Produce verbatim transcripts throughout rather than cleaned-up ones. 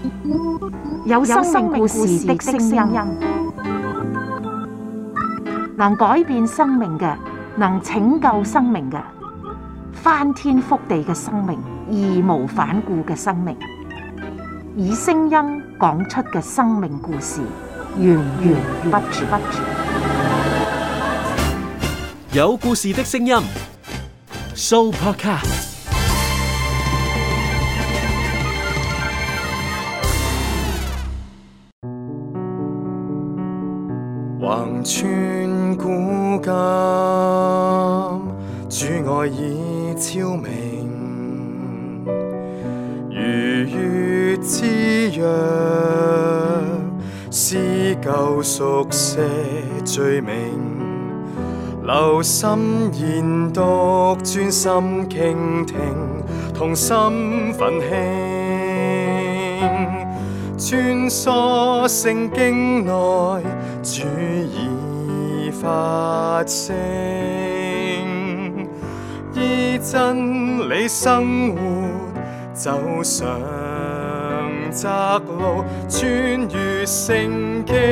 有生命故事的聲音，能改變生命嘅，能拯救生命嘅，翻天覆地嘅生命，義無反顧嘅生命，以聲音講出嘅生命故事，源源不絕。 有故事的聲音 ，Sooopodcast。 橫穿古今，主愛已超明，如月之約，撕舊熟寫罪名，留心研讀，專心傾聽，同心奮興，穿梭聖經內，主已發聲，依真理生活，走上窄路，穿越聖經。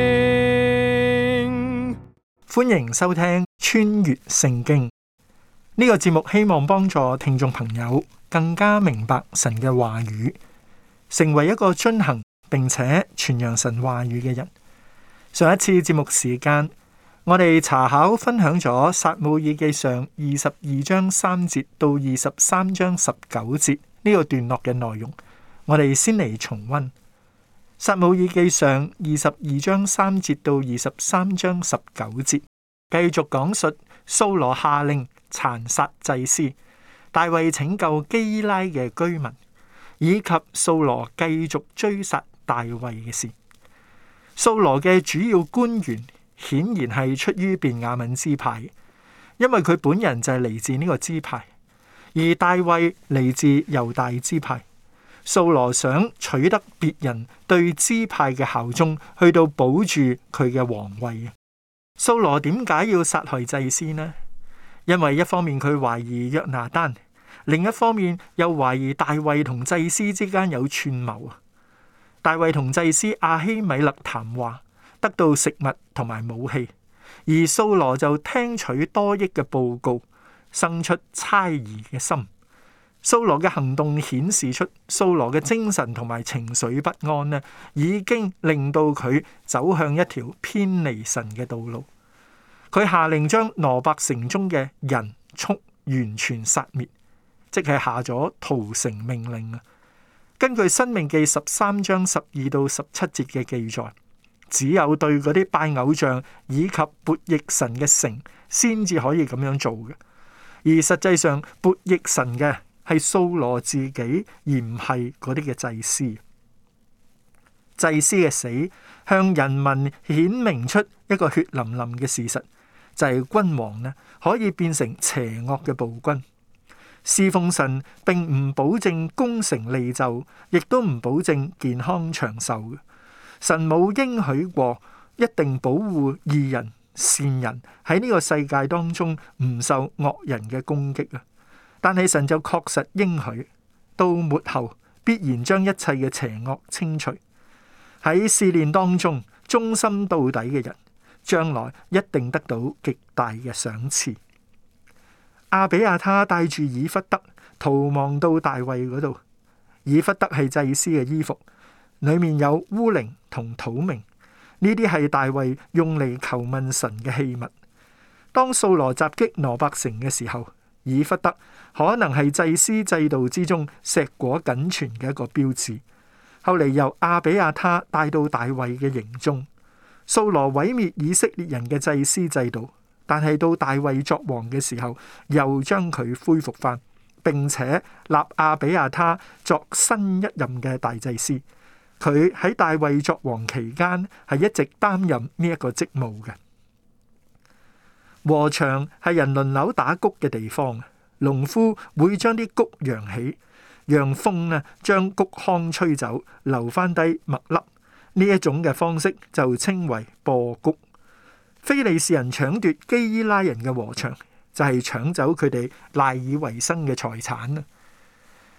歡迎收聽穿越聖經呢個節目，希望幫助聽眾朋友更加明白神嘅話語，成為一個遵行並且傳揚神話語嘅人。上一次節目時間，我哋查考分享咗撒母耳記上二十二章三節到二十三章十九節呢個段落嘅內容。我哋先嚟重溫撒母耳記上二十二章三節到二十三章十九節，繼續講述掃羅下令殘殺祭司，大衛拯救基拉嘅居民，以及掃羅繼續追殺大衛嘅事。掃羅嘅主要官員顯然係出於便雅憫支派，因為佢本人就係嚟自呢個支派，而大衛嚟自猶大支派。掃羅想取得別人對支派嘅效忠，去到保住佢嘅皇位。掃羅點解要殺害祭司呢？因為一方面佢懷疑約拿單，另一方面又懷疑大衛同祭司之間有串謀。大衛同祭司亞希米勒談話，得到食物同埋武器，而掃羅就聽取多益嘅報告，生出猜疑嘅心。掃羅嘅行動顯示出掃羅嘅精神同埋情緒不安呢，已經令到佢走向一條偏離神嘅道路。佢下令將挪伯城中嘅人畜完全殺滅，即係下咗屠城命令啊！根據《申命記》十三章十二到十七節嘅記載，只有對嗰啲拜偶像以及悖逆神嘅城，先至可以咁樣做嘅。而實際上，悖逆神嘅係掃羅自己，而唔係嗰啲嘅祭司。祭司嘅死向人民顯明出一個血淋淋嘅事實，就係、是、君王呢可以變成邪惡嘅暴君。侍奉神並唔保證功成利就，亦都唔保證健康長壽。神冇應許過一定保護義人善人喺呢個世界當中唔受惡人嘅攻擊啊！但係神就確實應許，到末後必然將一切嘅邪惡清除。喺試煉當中忠心到底嘅人，將來一定得到極大嘅賞賜。亞比亞他帶住以弗得逃亡到大衛嗰度。以弗得係祭司嘅衣服，裏面有烏靈同土明，呢啲係大衛用嚟求問神嘅器物。當掃羅襲擊挪伯城嘅時候，以弗得可能係祭司制度之中碩果僅存嘅一個標誌。後嚟由亞比亞他帶到大衛嘅營中。掃羅毀滅以色列人嘅祭司制度，但係到大衛作王嘅時候，又將佢恢復翻，並且立亞比亞他作新一任嘅大祭司。佢喺大衛作王期間係一直擔任呢一個職務嘅。禾場係人輪流打穀嘅地方，農夫會將啲穀揚起，讓風呢將穀糠吹走，留翻低麥粒。呢一種嘅方式就稱為播穀。非利士人搶奪基拉人嘅禾場，就係、是、搶走佢哋賴以為生嘅財產。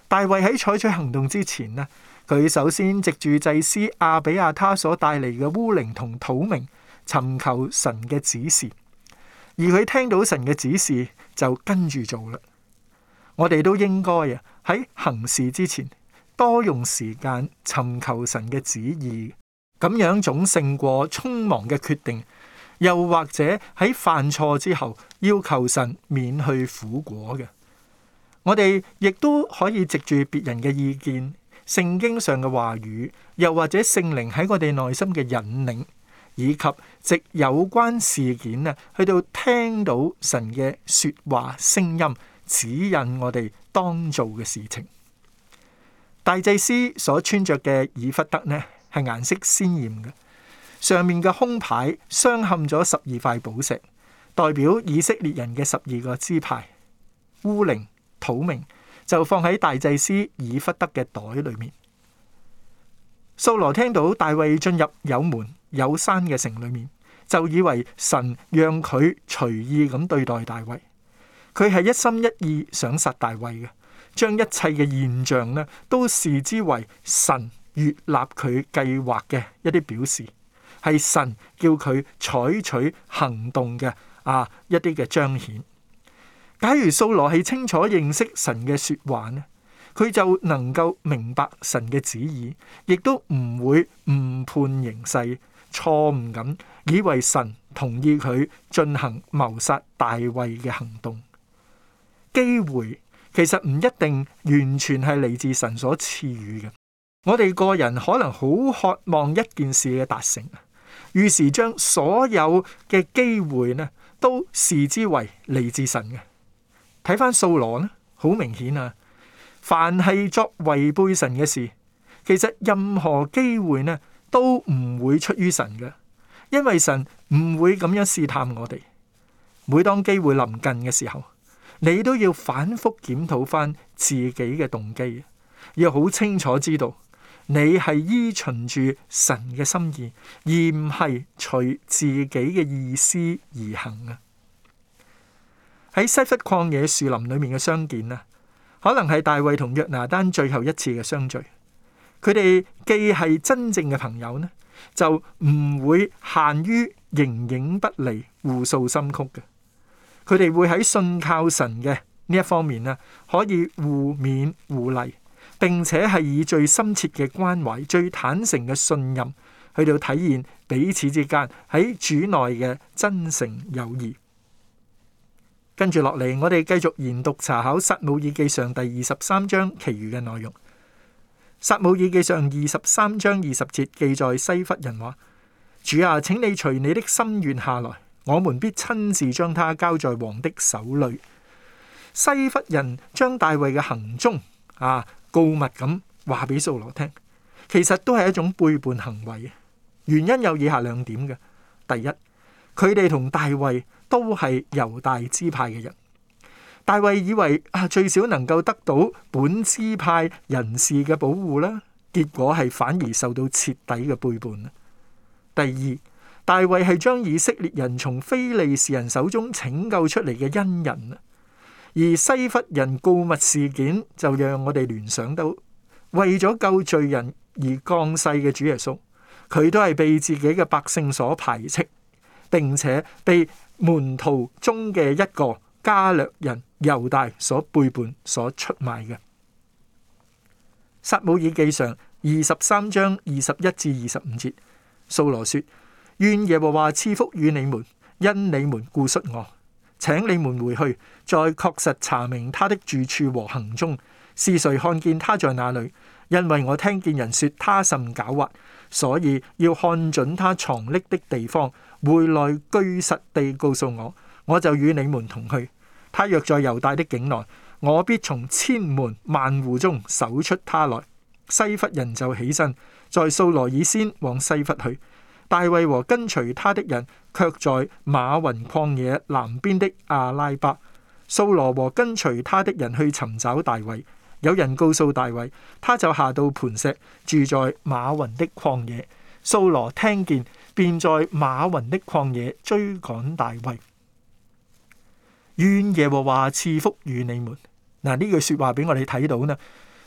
大衛喺採取行動之前呢，佢首先藉住祭司亞比亞他所帶嚟嘅烏靈同土明，尋求神嘅指示，而佢聽到神嘅指示就跟住做啦。我哋都應該啊喺行事之前多用時間尋求神嘅旨意，咁樣總勝過匆忙嘅決定，又或者喺犯錯之後要求神免去苦果嘅。我哋亦都可以藉住別人嘅意見、聖經上嘅話語，又或者聖靈喺我哋內心嘅引領，以及藉有關事件啊，去到聽到神嘅說話聲音，指引我哋當做嘅事情。大祭司所穿着嘅以弗得呢，係顏色鮮艷嘅，上面嘅胸牌鑲嵌咗十二塊寶石，代表以色列人嘅十二個支派。烏靈、土明就放喺大祭司以弗得嘅袋裏面。掃羅聽到大衛進入有門有山嘅城裏面，就以為神讓佢隨意咁對待大衛，佢係一心一意想殺大衛嘅，將一切嘅現象呢都視之為神悅納佢計劃嘅一啲表示，係神叫佢採取行動嘅啊一啲嘅彰顯。假如掃羅係清楚認識神嘅說話呢，佢就能夠明白神嘅旨意，亦都唔會誤判形勢，錯誤咁以為神同意佢進行謀殺大衛嘅行動。機會其實唔一定完全係嚟自神所賜予嘅，我哋個人可能好渴望一件事嘅達成，於是將所有嘅機會呢都視之為嚟自神嘅。睇翻掃羅呢，好明顯啊！凡係作違背神嘅事，其實任何機會呢都唔會出於神嘅，因為神唔會咁樣試探我哋。每當機會臨近嘅時候，你都要反覆檢討翻自己嘅動機，要好清楚知道你係依循住神嘅心意，而唔係隨自己嘅意思而行啊！喺西弗曠野樹林裏面嘅相見啊，可能係大衛同約拿單最後一次嘅相聚。佢哋既係真正嘅朋友呢，就唔會限於形影不離、互訴心曲嘅。佢哋會喺信靠神嘅呢一方面呢，可以互勉互勵，並且係以最深切嘅關懷、最坦誠嘅信任去到體現彼此之間喺主內嘅真誠友誼。跟住落嚟，我哋繼續研讀查考撒母耳記上第二十三章其餘嘅內容。撒母耳記上二十三章二十節記載西弗人話：主啊，請你隨你的心願下來，我們必親自將他交在王的手裏。西弗人將大衛嘅行蹤啊告密咁話俾掃羅聽，其實都係一種背叛行為。原因有以下兩點嘅：第一，佢哋同大衛都係猶大支派嘅人，大衛以為啊最少能夠得到本支派人士嘅保護啦，結果係反而受到徹底嘅背叛。第二，大衛係將以色列人從非利士人手中拯救出嚟嘅恩人，而西弗人告密事件就讓我哋聯想到，為咗救罪人而降世嘅主耶穌，佢都係被自己嘅百姓所排斥，並且被門徒中嘅一個加略人猶大所背叛、所出賣嘅。撒母耳記上二十三章二十一至二十五節，掃羅說：願耶和華賜福與你們，因你們顧恤我，請你們回去，再確實查明他的住處和行蹤，是誰看見他在哪裏？因為我聽見人說他甚狡猾，所以要看準他藏匿的地方，回來據實地告訴我，我就與你們同去。他若在猶大的境內，我必從千門萬戶中搜出他來。西弗人就起身，在掃羅以先往西弗去。大衛和跟隨他的人卻在馬雲曠野南邊的亞拉巴。掃羅和跟隨他的人去尋找大衛。有人告訴大衛，他就下到磐石，住在馬雲的曠野。掃羅聽見，便在馬雲的曠野追趕大衛。願耶和華賜福與你們。嗱，呢句說話俾我哋睇到呢，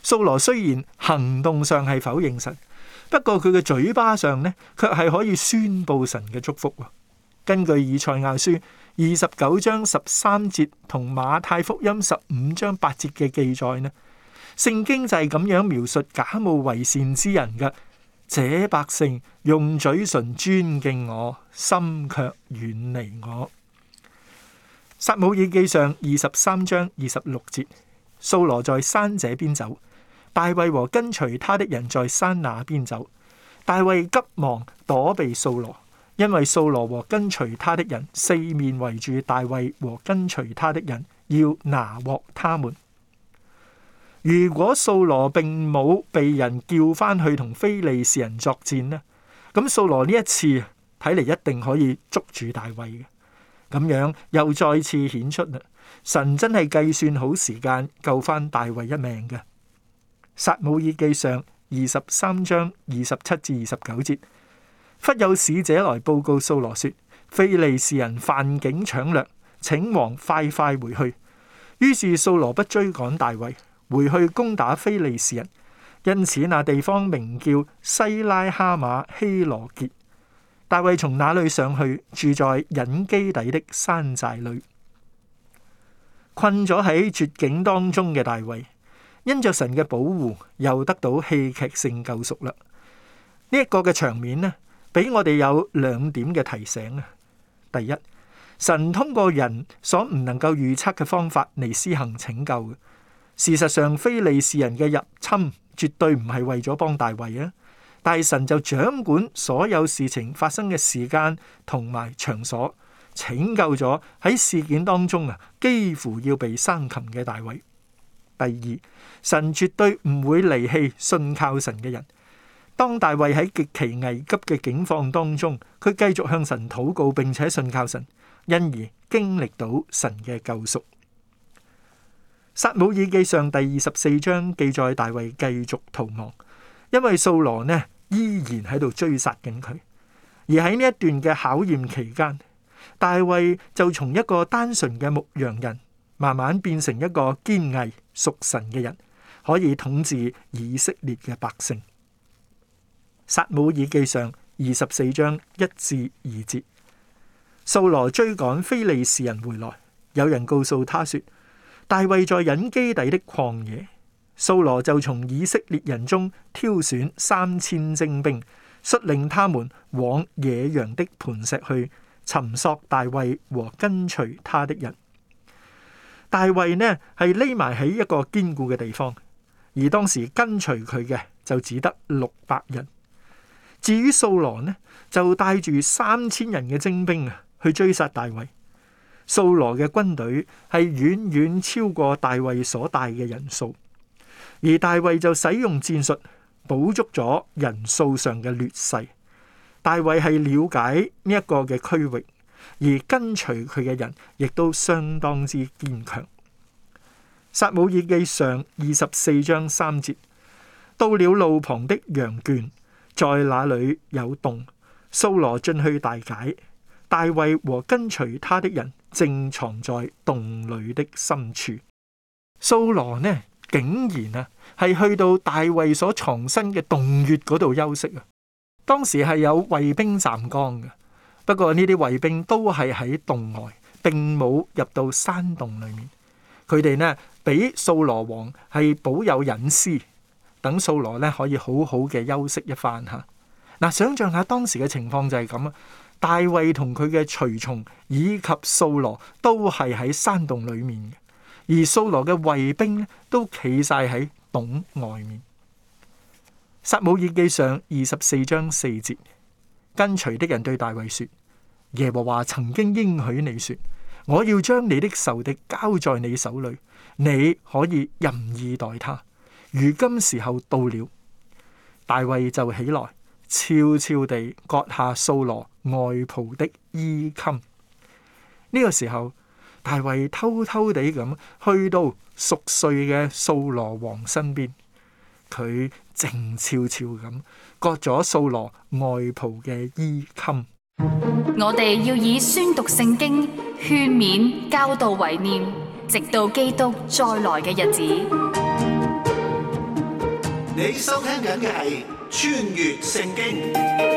掃羅雖然行動上係否認神，不過佢嘅嘴巴上呢，卻係可以宣布神嘅祝福。根據以賽亞書二十九章十三節同馬太福音十五章八節嘅記載呢，聖經就係咁樣描述假冒為善之人嘅。這百姓用嘴唇尊敬我，心卻遠離我。撒母耳記上二十三章二十六節，掃羅在山這邊走，大衛和跟隨他的人在山那邊走。大衛急忙躲避掃羅，因為掃羅和跟隨他的人四面圍住大衛和跟隨他的人，要拿獲他們。如果掃羅並冇被人叫翻去同非利士人作戰呢，咁掃羅呢一次睇嚟一定可以捉住大衛嘅。咁樣又再次顯出啦，神真係計算好時間救翻大衛一命嘅。撒母耳記上二十三章二十七至二十九節，忽有使者來報告掃羅說，非利士人犯境搶掠，請王快快回去。於是掃羅不追趕大衛，回去攻打非利士人，因此那地方名叫西拉哈馬希羅結。大衛從那裏上去，住在隱基底的山寨裏。困咗喺絕境當中嘅大衛，因着神嘅保護，又得到戲劇性救贖啦。呢一個嘅場面呢，俾我哋有兩點嘅提醒啊。第一，神通過人所唔能夠預測嘅方法嚟施行拯救嘅。事實上，非利士人嘅入侵絕對唔係為咗幫大衛啊，但係神就掌管所有事情發生嘅時間同埋場所，拯救咗喺事件當中啊幾乎要被生擒嘅大衛。第二，神絕對唔會離棄信靠神嘅人。當大衛喺極其危急嘅境況當中，佢繼續向神禱告，並且信靠神，因而經歷到神嘅救贖。撒母耳記上第二十四章記載大衛繼續逃亡，因為掃羅呢依然喺度追殺緊佢。而喺呢一段嘅考驗期間，大衛就從一個單純嘅牧羊人，慢慢變成一個堅毅屬神嘅人，可以統治以色列嘅百姓。撒母耳記上二十四章一至二節，掃羅追趕非利士人回來，有人告訴他說，大衛在隱基底的曠野。掃羅就從以色列人中挑選三千精兵，率領他們往野羊的磐石去尋索大衛和跟隨他的人。大衛呢係匿埋喺一個堅固嘅地方，而當時跟隨佢嘅就只得六百人。至於掃羅呢，就帶住三千人嘅精兵啊去追殺大衛。掃羅嘅軍隊係遠遠超過大衛所帶嘅人數，而大衛就使用戰術補足咗人數上嘅劣勢。大衛係了解呢一個嘅區域，而跟隨佢嘅人亦都相當之堅強。撒母耳記上二十四章三節，到了路旁的羊圈，在那裏有洞，掃羅進去大解，大衛和跟隨他的人正藏在洞裏的深處。掃羅呢，竟然啊係去到大衛所藏身嘅洞穴嗰度休息啊！當時係有衛兵站崗嘅，不過呢啲衛兵都係喺洞外，並冇入到山洞裏面。佢哋呢，俾掃羅王係保有隱私，等掃羅呢可以好好嘅休息一番吓。嗱，想象下當時嘅情況就係咁啊！大衛同佢嘅隨從以及掃羅都係喺山洞裏面嘅，而掃羅嘅衛兵呢都企晒喺洞外面。撒母耳記上二十四章四節，跟隨的人對大衛說：耶和華曾經應許你說，我要將你的仇敵交在你手裏，你可以任意待他。如今時候到了，大衛就起來，悄悄地割下掃羅外袍的衣襟。呢個時候，大衛偷偷地咁去到熟睡嘅掃羅王身邊，佢靜悄悄咁割咗掃羅外袍嘅衣襟。 我哋要以宣讀聖經、勸勉、教導為念，直到基督再來嘅日子。 你收聽緊嘅係穿越聖經。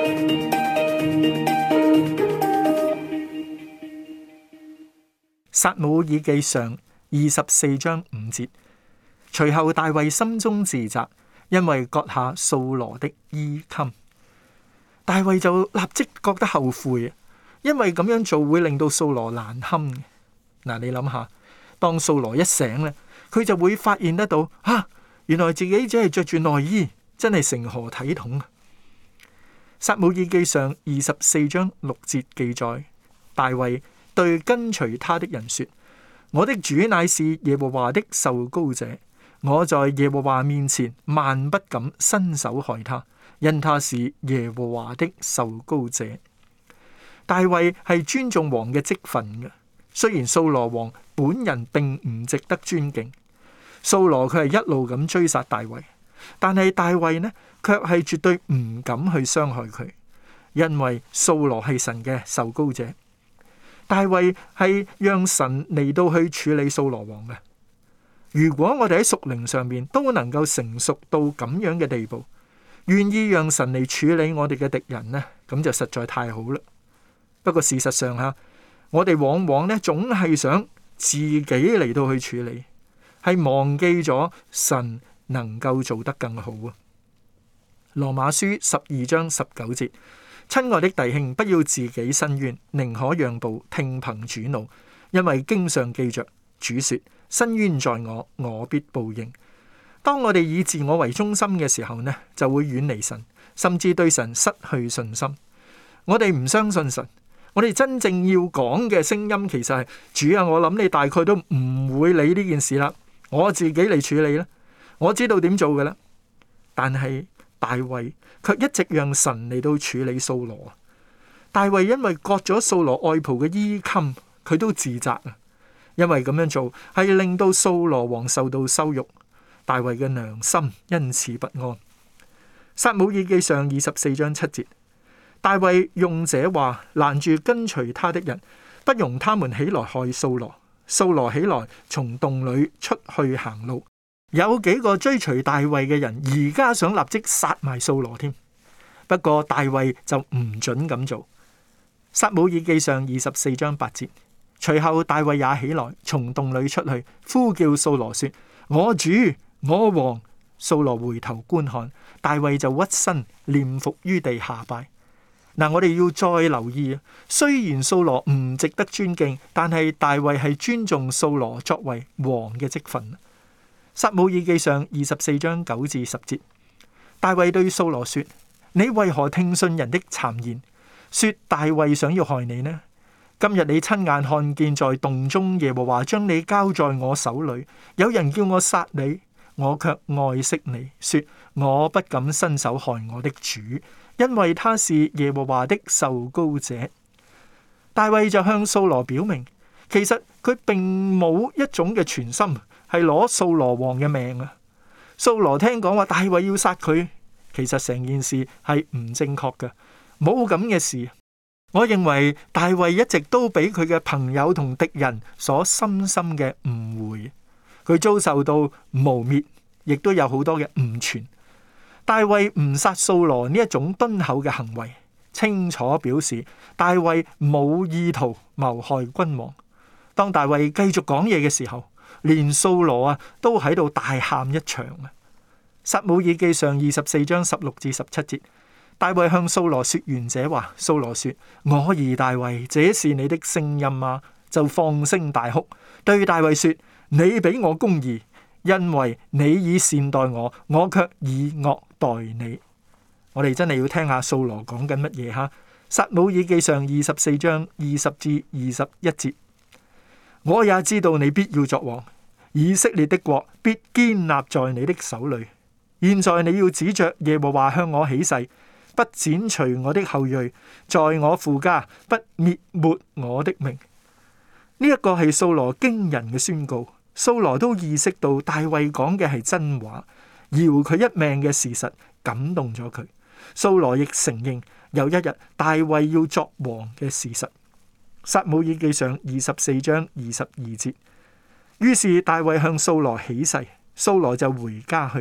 撒母耳記上二十四章五節，隨後大衛心中自責，因為割下掃羅的衣襟。大衛就立即覺得後悔，因為咁樣做會令到掃羅難堪。嗱，你諗下，當掃羅一醒咧，佢就會發現得到，啊，原來自己只係着住內衣，真係成何體統啊！撒母耳記上二十四章六節記載，大衛對跟隨他的人說：我的主乃是耶和華的受膏者，我在耶和華面前萬不敢伸手害他，因他是耶和華的受膏者。大衛係尊重王嘅職分嘅，雖然掃羅王本人並唔值得尊敬，掃羅佢係一路咁追殺大衛，但係大衛呢，卻係絕對唔敢去傷害佢，因為掃羅係神嘅受膏者。大衛係讓神嚟到去處理掃羅王嘅。如果我哋喺屬靈上面都能夠成熟到咁樣嘅地步，願意讓神嚟處理我哋嘅敵人呢，咁就實在太好啦。不過事實上吓，我哋往往呢總係想自己嚟到去處理，係忘記咗神能夠做得更好啊。羅馬書十二章十九節。親愛的弟兄，不要自己申冤，寧可讓步，聽憑主怒，因為經上記着，主說：申冤在我，我必報應。當我哋以自我為中心嘅時候呢，就會遠離神，甚至對神失去信心。我哋唔相信神，我哋真正要講嘅聲音其實係：主啊，我諗你大概都唔會理呢件事啦，我自己嚟處理啦，我知道點做嘅啦。但係大衛卻一直讓神嚟到處理掃羅。大衛因為割咗掃羅外袍嘅衣襟，佢都自責啊，因為咁樣做係令到掃羅王受到羞辱。大衛嘅良心因此不安。撒母耳記上二十四章七節，大衛用這話攔住跟隨他的人，不容他們起來害掃羅。掃羅起來從洞裏出去行路。有幾個追隨大衛嘅人，而家想立即殺埋掃羅添。不過大衛就唔准咁做。撒母耳記上二十四章八節，隨後大衛也起來，從洞裏出去，呼叫掃羅說：我主，我王。掃羅回頭觀看，大衛就屈身臉伏於地下拜。嗱，我哋要再留意，雖然掃羅唔值得尊敬，但係大衛係尊重掃羅作為王嘅職分。撒母耳記上二十四章九至十節，大衛對掃羅說：你為何聽信人的讒言，說大衛想要害你呢？今日你親眼看見在洞中耶和華將你交在我手裏，有人叫我殺你，我卻愛惜你，說我不敢伸手害我的主，因為他是耶和華的受膏者。大衛就向掃羅表明，其實佢並冇一種嘅全心係攞掃羅王嘅命啊！掃羅聽講話大衛要殺佢，其實成件事係唔正確嘅，冇咁嘅事。我認為大衛一直都俾佢嘅朋友同敵人所深深嘅誤會，佢遭受到誣衊，亦都有好多嘅誤傳。大衛唔殺掃羅呢一種敦厚嘅行為，清楚表示大衛冇意圖謀害君王。當大衛繼續講嘢嘅時候，連掃羅啊都喺度大喊一場啊！撒母耳記上二十四章十六至十七節，大衛向掃羅說完這話，掃羅說：我兒大衛，這是你的聲音嗎？就放聲大哭，對大衛說：你比我公義，因為你以善待我，我卻以惡待你。我哋真係要聽下掃羅講緊乜嘢哈？撒母耳記上二十四章二十至二十一節，我也知道你必要作王，以色列的國必堅立在你的手裏。現在你要指着耶和華向我起誓，不剪除我的後裔，在我父家不滅沒我的名。呢、這、一個係掃羅驚人嘅宣告。掃羅都意識到大衛講嘅係真話，饒佢一命嘅事實感動咗佢。掃羅亦承認有一日大衛要作王嘅事實。撒母耳記上二十四章二十二節，於是大衛向掃羅起誓，掃羅就回家去。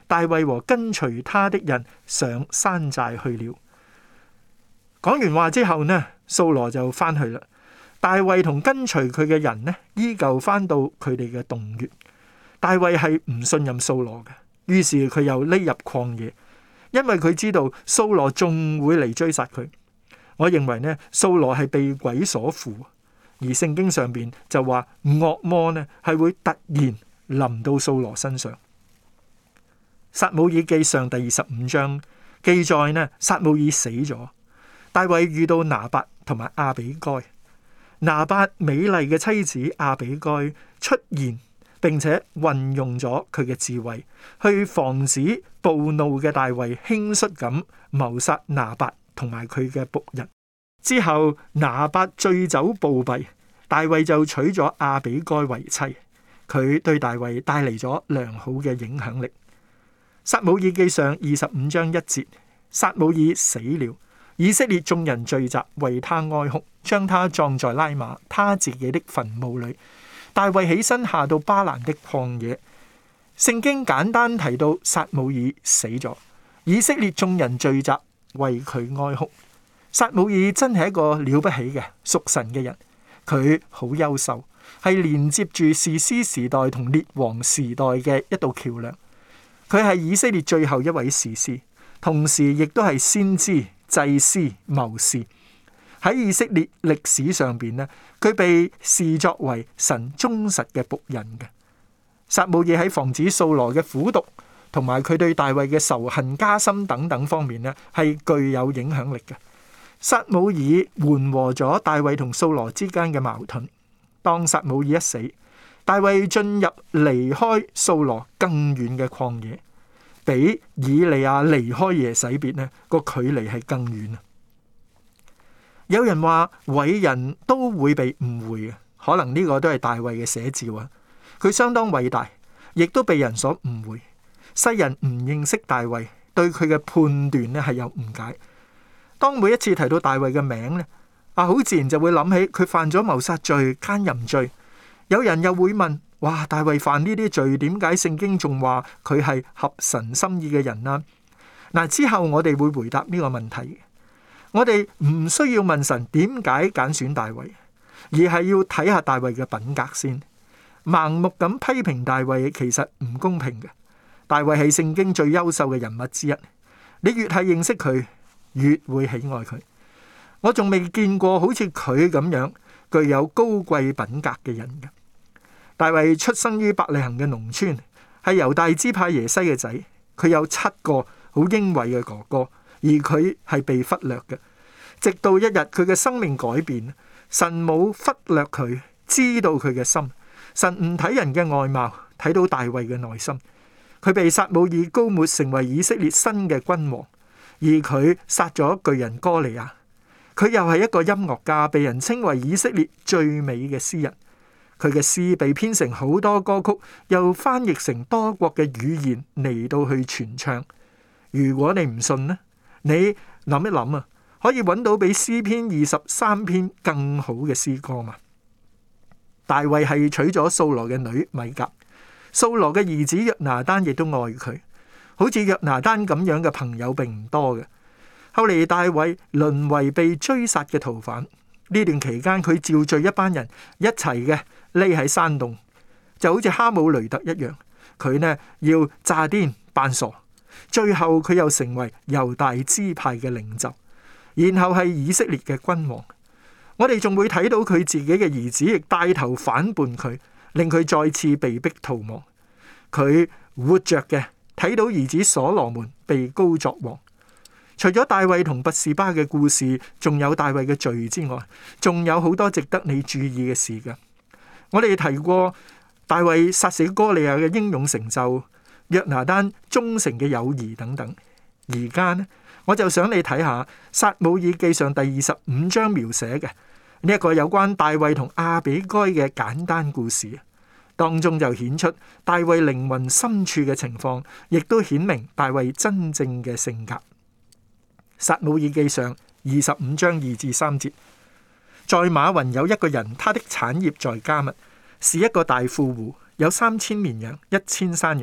大衛和跟隨他的人上山寨去了。講完話之後呢，掃羅就翻去啦。大衛同跟隨佢嘅人呢，依舊翻到佢哋嘅洞穴。大衛係唔信任掃羅嘅，於是佢又匿入曠野，因為佢知道掃羅仲會嚟追殺佢。我認為呢，掃羅係被鬼所附，而聖經上邊就話惡魔呢係會突然臨到掃羅身上。撒母耳記上第二十五章記載呢，撒母耳死咗，大衛遇到拿八同埋亞比該。拿八美麗嘅妻子亞比該出現，並且運用咗佢嘅智慧去防止暴怒嘅大衛輕率咁謀殺拿八同埋佢嘅僕人。之後拿八醉酒暴斃，大衛就娶咗亞比該為妻，佢對大衛帶嚟咗良好嘅影響力。撒母耳記上二十五章一節，撒母耳死了，以色列眾人聚集為他哀哭，將他葬在拉馬他自己的墳墓裏。大衛起身下到巴蘭的曠野。聖經簡單提到撒母耳死咗，以色列眾人聚集為佢哀哭。撒母耳真係一個了不起嘅屬神嘅人，佢好優秀，係連接住士師時代同列王時代嘅一道橋樑。佢係以色列最後一位士師，同時亦都係先知、祭司、謀士。喺以色列歷史上邊呢，佢被視作為神忠實嘅僕人嘅。撒母耳喺防止掃羅嘅苦毒，同埋佢對大衛嘅仇恨加深等等方面呢，係具有影響力嘅。撒母耳緩和咗大衛同掃羅之間嘅矛盾。當撒母耳一死，大衛進入離開掃羅更遠嘅曠野，比以利亞離開耶洗別呢個距離係更遠啊！有人話偉人都會被誤會嘅，可能呢個都係大衛嘅寫照啊！佢相當偉大，亦都被人所誤會。世人唔認識大衛，對佢嘅判斷呢係有誤解。當每一次提到大衛嘅名呢，啊，好自然就會諗起佢犯咗謀殺罪、奸淫罪。有人又會問：哇，大衛犯呢啲罪，點解聖經仲話佢係合神心意嘅人啊？嗱，之後我哋會回答呢個問題。我哋唔需要問神點解揀選大衛，而係要睇下大衛嘅品格先。盲目咁批評大衛其實唔公平嘅。大衛係聖經最優秀嘅人物之一，你越係認識佢，越會喜愛佢。我仲未見過好似佢咁樣具有高貴品格嘅人嘅。大衛出生於伯利恆嘅農村，係猶大支派耶西嘅仔。佢有七個好英偉嘅哥哥，而佢係被忽略嘅。直到一日佢嘅生命改變，神冇忽略佢，知道佢嘅心。神唔睇人嘅外貌，睇到大衛嘅內心。佢被撒母耳膏抹成為以色列新嘅君王，而佢殺咗巨人歌利亞。佢又係一個音樂家，被人稱為以色列最美嘅詩人。佢嘅詩被編成好多歌曲，又翻譯成多國嘅語言嚟到去傳唱。如果你唔信呢，你諗一諗啊，可以揾到比詩篇二十三篇更好嘅詩歌嘛？大衛係娶咗掃羅嘅女米甲，掃羅嘅兒子約拿單亦都愛佢。好似約拿單咁樣嘅朋友並唔多嘅。後嚟大衛淪為被追殺嘅逃犯，呢段期間佢召聚一班人一齊嘅匿喺山洞，就好似哈姆雷特一樣，佢呢要詐癲扮傻，最後佢又成為猶大支派嘅領袖，然後係以色列嘅君王。我哋仲會睇到佢自己嘅兒子亦帶頭反叛佢，令佢再次被逼逃亡。佢活着嘅睇到兒子所羅門被膏作王。除咗大衛同拔示巴嘅故事，仲有大衛嘅罪之外，仲有好多值得你注意嘅事嘅。我哋提過大衛殺死歌利亞嘅英勇成就，約拿單忠誠嘅友誼等等。而家呢，我就想你睇下撒母耳記上第二十五章描寫嘅呢一個有關大衛同亞比該嘅簡單故事，當中就顯出大衛靈魂深處嘅情況，亦都顯明大衛真正嘅性格。撒母耳記上二十五章二至三節，在馬雲有一個人，他的產業在迦密，是一個大富戶，有三千綿羊，一千山羊。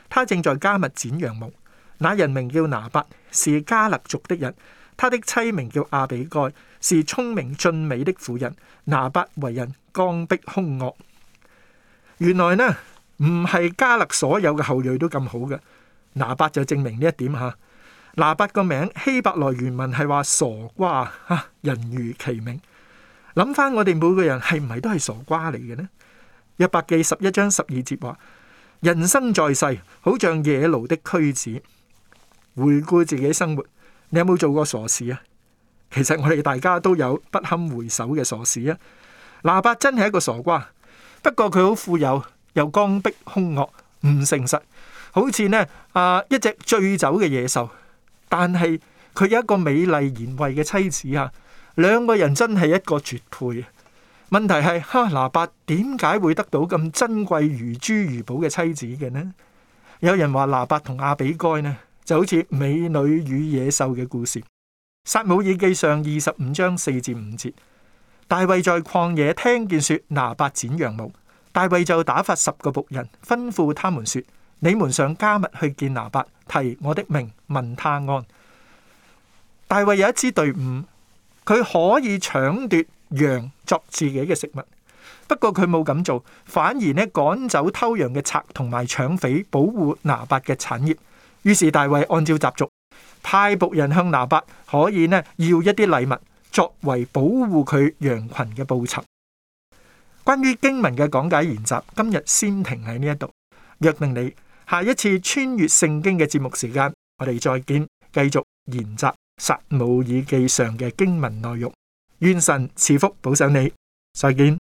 他正在迦密剪羊毛。那人名叫拿八，是迦勒族的人，他的妻名叫亞比該，是聰明俊美的婦人。拿八為人剛愎兇惡。原來呢，唔係迦勒所有嘅後裔都咁好嘅，拿八就證明呢一點吓。拿八個名希伯來原文係話傻瓜啊，人如其名。諗翻我哋每個人係唔係都係傻瓜嚟嘅呢？約伯記十一章十二節話：人生在世，好像野驢的駒子。回顧自己生活，你有冇做過傻事啊？其實我哋大家都有不堪回首嘅傻事啊。拿八真係一個傻瓜，不過佢好富有，又剛愎兇惡，唔誠實，好似呢啊一隻醉酒嘅野獸。但係佢有一個美麗賢惠嘅妻子啊，兩個人真係一個絕配。問題係哈拿八點解會得到咁珍貴如珠如寶嘅妻子嘅呢？有人話拿八同亞比該呢，就好似美女與野獸嘅故事。撒母耳記上二十五章四至五節，大衛在曠野聽見說拿八剪羊毛，大衛就打發十個僕人，吩咐他們說：你們上迦密去見拿八，提我的名，問他安。大衛有一支隊伍，佢可以搶奪羊作自己嘅食物，不過佢冇咁做，反而呢趕走偷羊嘅賊同埋搶匪，保護拿八嘅產業。於是大衛按照習俗，派僕人向拿八可以呢要一啲禮物，作為保護佢羊群嘅報酬。關於經文嘅講解研習，今日先停喺呢一度。約定你下一次穿越聖經嘅節目時間，我哋再見，繼續研習撒母耳記上嘅經文內容。願神賜福保守你，再見。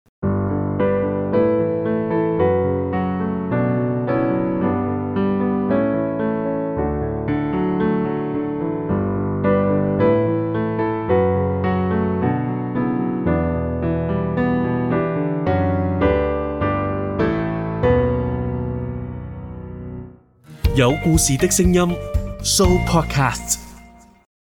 有故事的聲音 Show Podcast。